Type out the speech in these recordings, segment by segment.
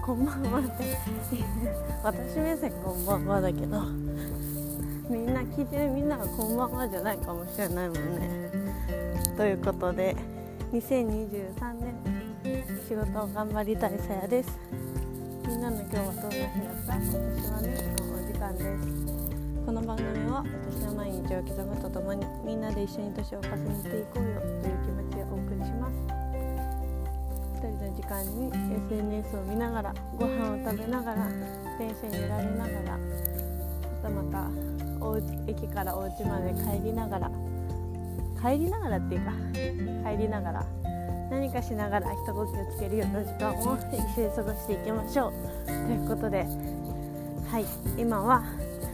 こんばんはって私目線こんばんはだけど、みんな聞いてるみんなはこんばんはじゃないかもしれないもんね。ということで2023年仕事を頑張りたいさやです。みんなの今日はどんな日だった？私はねお時間です。この番組は私の毎日を刻むとともにみんなで一緒に年を重ねていこうよという気持ちでお送りします。一人の時間に SNS を見ながら、ご飯を食べながら、電車に揺られながら、また駅からお家まで帰りながらっていうか帰りながら何かしながら一呼吸つけるような時間を一緒に過ごしていきましょうということで、はい、今は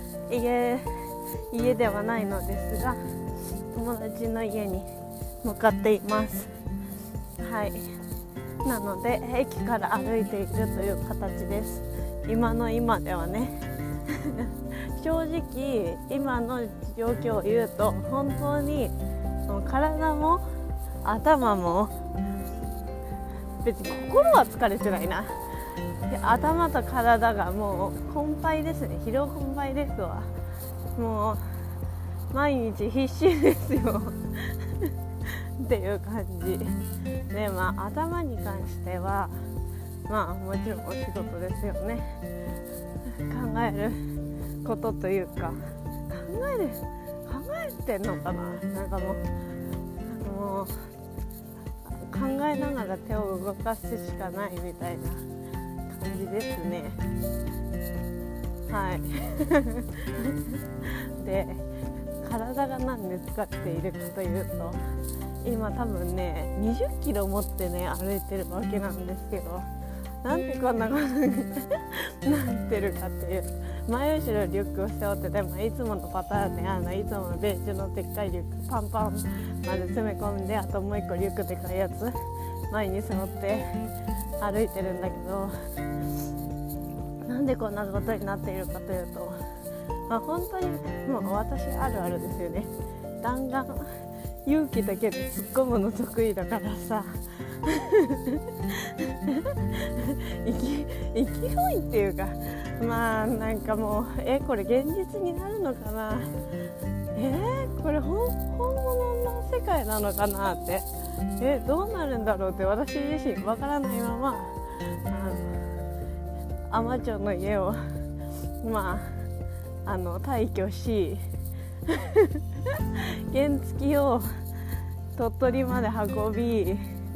家ではないのですが友達の家に向かっています。はい、なので駅から歩いているという形です。今の今ではね正直今の状況を言うと本当に体も頭も別に心は疲れてないな。頭と体がもう困憊ですね。疲労困憊ですわ。もう毎日必死ですよっていう感じで、頭に関してはもちろんお仕事ですよね。考えることというか考えてんのかな、なんかもう考えながら手を動かすしかないみたいな感じですね。はいで、体が何で使っているかというと、今多分ね20キロ持ってね歩いてるわけなんですけど、なんでこんなことになってるかっていう、前後ろリュックを背負っててもいつものパターンでいつものベンチのでっかいリュックパンパンまで詰め込んで、あともう一個リュックでかいやつ前に背負って歩いてるんだけど、なんでこんなことになっているかというと、本当にもう私あるあるですよね。弾丸勇気だけで突っ込むの得意だからさ勢いっていうか、なんかもうこれ現実になるのかな、これ本物の世界なのかなって、どうなるんだろうって私自身わからないまま海士町の家を退去し原付を鳥取まで運び、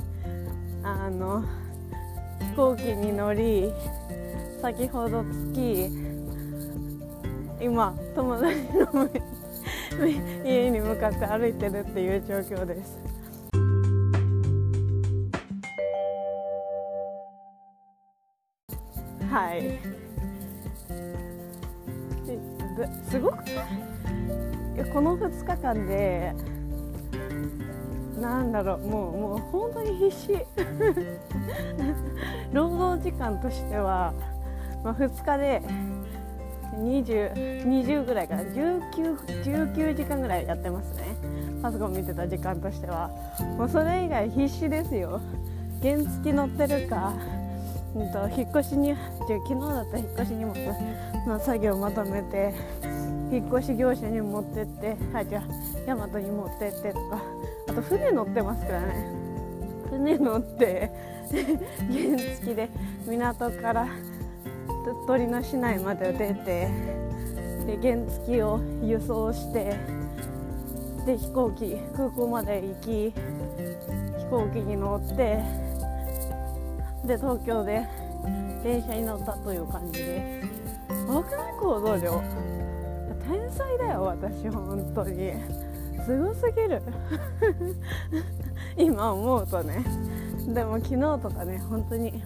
飛行機に乗り、先ほど着き、今友達の家に向かって歩いてるっていう状況です。はい、すごくない？この2日間でもう本当に必死労働時間としては、2日で20ぐらいから19時間ぐらいやってますね。パソコン見てた時間としてはもうそれ以外必死ですよ。原付乗ってるか、引っ越しに昨日だったら引っ越し荷物の作業をまとめて引っ越し業者に持ってって、ヤマトに持ってってとか、あと船乗ってますからね。船乗って原付で港から鳥取の市内まで出て、で原付を輸送して、で空港まで行き、飛行機に乗って、で東京で電車に乗ったという感じです。多くない行動量、天才だよ私、本当にすごすぎる今思うとね。でも昨日とかね、本当に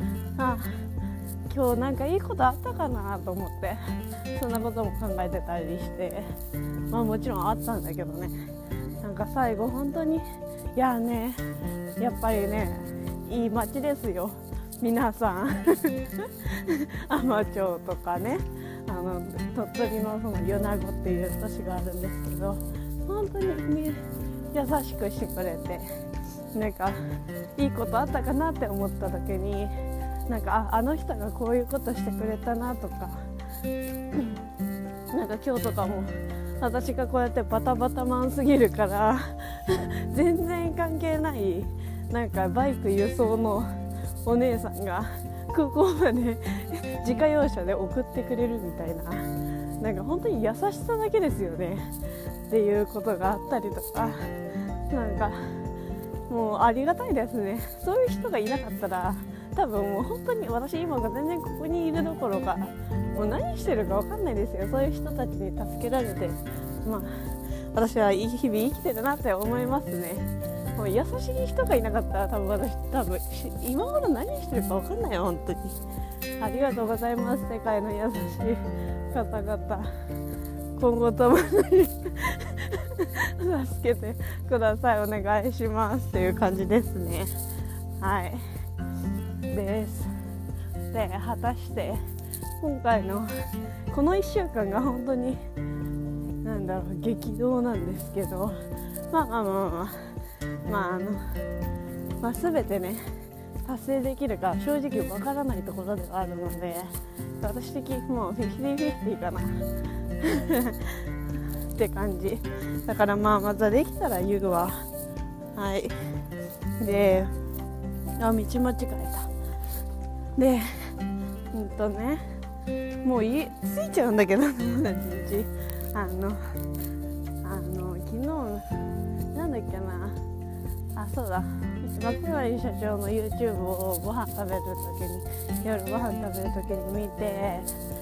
今日なんかいいことあったかなと思って、そんなことも考えてたりして、もちろんあったんだけどね、なんか最後本当にやっぱりね、いい街ですよ皆さん海士町とかね、鳥取のその米子っていう都市があるんですけど、本当に優しくしてくれて、なんかいいことあったかなって思った時に、 なんかあの人がこういうことしてくれたなとかなんか今日とかも私がこうやってバタバタマンすぎるから全然関係ないなんかバイク輸送のお姉さんが空港まで自家用車で送ってくれるみたいな、なんか本当に優しさだけですよねっていうことがあったりとか、なんかもうありがたいですね。そういう人がいなかったら多分もう本当に私今が全然ここにいるどころかもう何してるか分かんないですよ。そういう人たちに助けられて、まあ私はいい日々生きてるなって思いますね。もう優しい人がいなかったら多分今頃何してるか分かんないよ本当に。ありがとうございます。世界の優しい方々、今後ともに助けてください、お願いしますっていう感じですね。はいです。で果たして今回のこの1週間が本当に激動なんですけど、全てね達成できるか正直わからないところではあるので、私的にもう50-50かなって感じだから、またできたら言うわ。はいで道間違えた。でもう着いちゃうんだけど友達んち昨日なんだっけな、そうだ、松原社長の YouTube をご飯食べるときに夜ご飯食べるときに見て、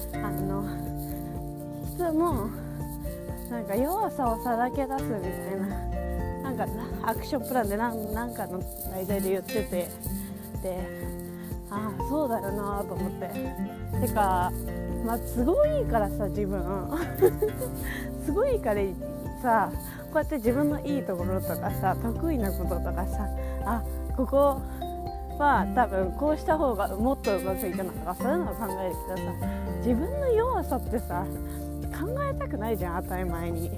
いつもなんか弱さをさらけ出すみたいな、なんかアクションプランでなんかの題材で言ってて、でそうだよなと思って。てかすごいからさ、自分すごいからさ、こうやって自分のいいところとかさ、得意なこととかさ、ここは多分こうした方がもっとうまくいくなとか、そういうのを考えるけどさ、自分の弱さってさ考えたくないじゃん、当たり前に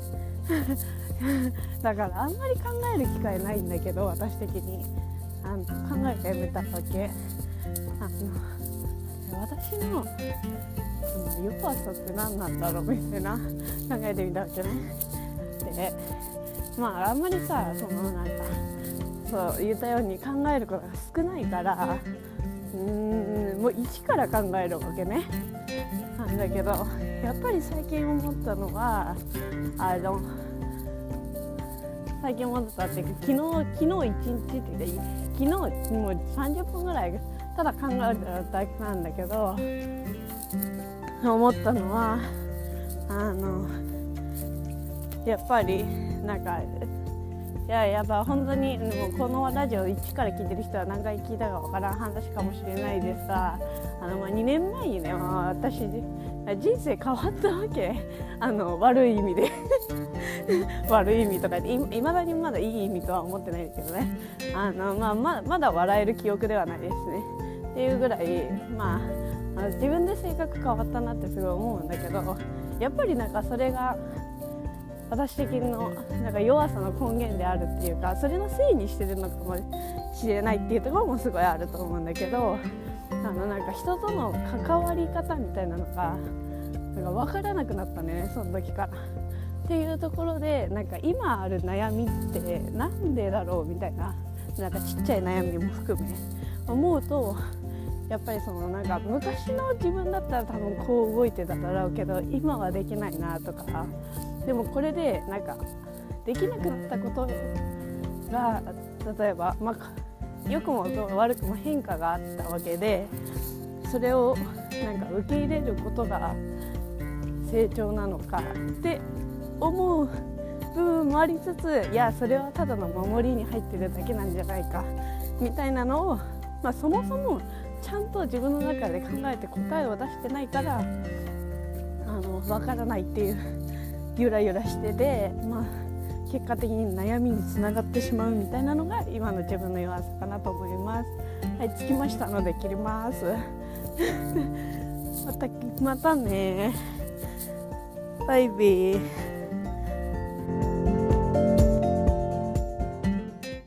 だからあんまり考える機会ないんだけど、私的に考えてみたわけ。私の弱さって何なんだろうみたいな考えてみたわけね。であんまりさ、そう言ったように考えることが少ないから、もう一から考えるわけね。なんだけどやっぱり最近思ったのは最近思ったっていうか、昨日1日って言って昨日もう30分ぐらいただ考えただけなんだけど、思ったのはやっぱりやっぱ本当にもうこのラジオ1から聞いてる人は何回聞いたかわからん話かもしれないでさ、2年前にね、私人生変わったわけ。悪い意味で悪い意味とかで、いまだにまだいい意味とは思ってないですけどね。まだ笑える記憶ではないですねっていうぐらい、自分で性格変わったなってすごい思うんだけど、やっぱりそれが私的の弱さの根源であるっていうか、それのせいにしてるのかもしれないっていうところもすごいあると思うんだけど、人との関わり方みたいなのが分からなくなったね、その時からっていうところで、今ある悩みってなんでだろうみたいな、ちっちゃい悩みも含め思うと、やっぱり昔の自分だったら多分こう動いてただろうけど今はできないなとか、でもこれでできなくなったことが、例えば良くも悪くも変化があったわけで、それを受け入れることが成長なのかって思う部分もありつつ、いやそれはただの守りに入ってるだけなんじゃないかみたいなのを、そもそもちゃんと自分の中で考えて答えを出してないからわからないっていうゆらゆらしてて、結果的に悩みにつながってしまうみたいなのが今の自分の弱さかなと思います。はい、着きましたので切りますまたね、バイビー。